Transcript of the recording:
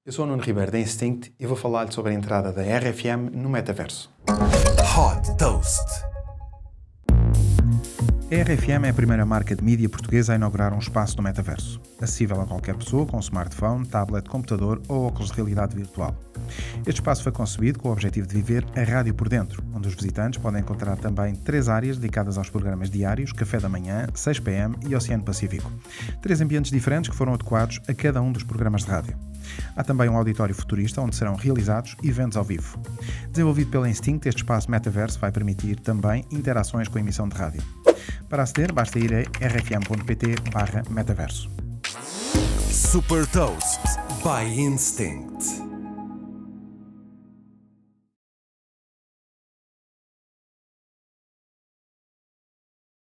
Eu sou o Nuno Ribeiro da Instinct e vou falar-lhe sobre a entrada da RFM no metaverso. Hot Toast. A RFM é a primeira marca de mídia portuguesa a inaugurar um espaço no metaverso, acessível a qualquer pessoa com smartphone, tablet, computador ou óculos de realidade virtual. Este espaço foi concebido com o objetivo de viver a rádio por dentro, onde os visitantes podem encontrar também 3 áreas dedicadas aos programas diários, Café da Manhã, 6 PM e Oceano Pacífico. 3 ambientes diferentes que foram adequados a cada um dos programas de rádio. Há também um auditório futurista onde serão realizados eventos ao vivo. Desenvolvido pela Instinct, este espaço metaverso vai permitir também interações com a emissão de rádio. Para aceder, basta ir a rfm.pt/metaverso. Super Toast by Instinct.